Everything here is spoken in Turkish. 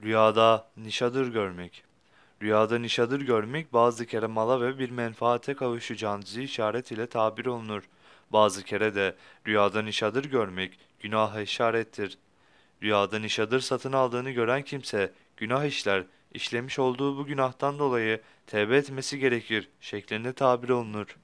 Rüyada nişadır görmek. Rüyada nişadır görmek bazı kere mala ve bir menfaate kavuşacağınızı işaret ile tabir olunur. Bazı kere de rüyada nişadır görmek günaha işarettir. Rüyada nişadır satın aldığını gören kimse günah işler, işlemiş olduğu bu günahtan dolayı tevbe etmesi gerekir şeklinde tabir olunur.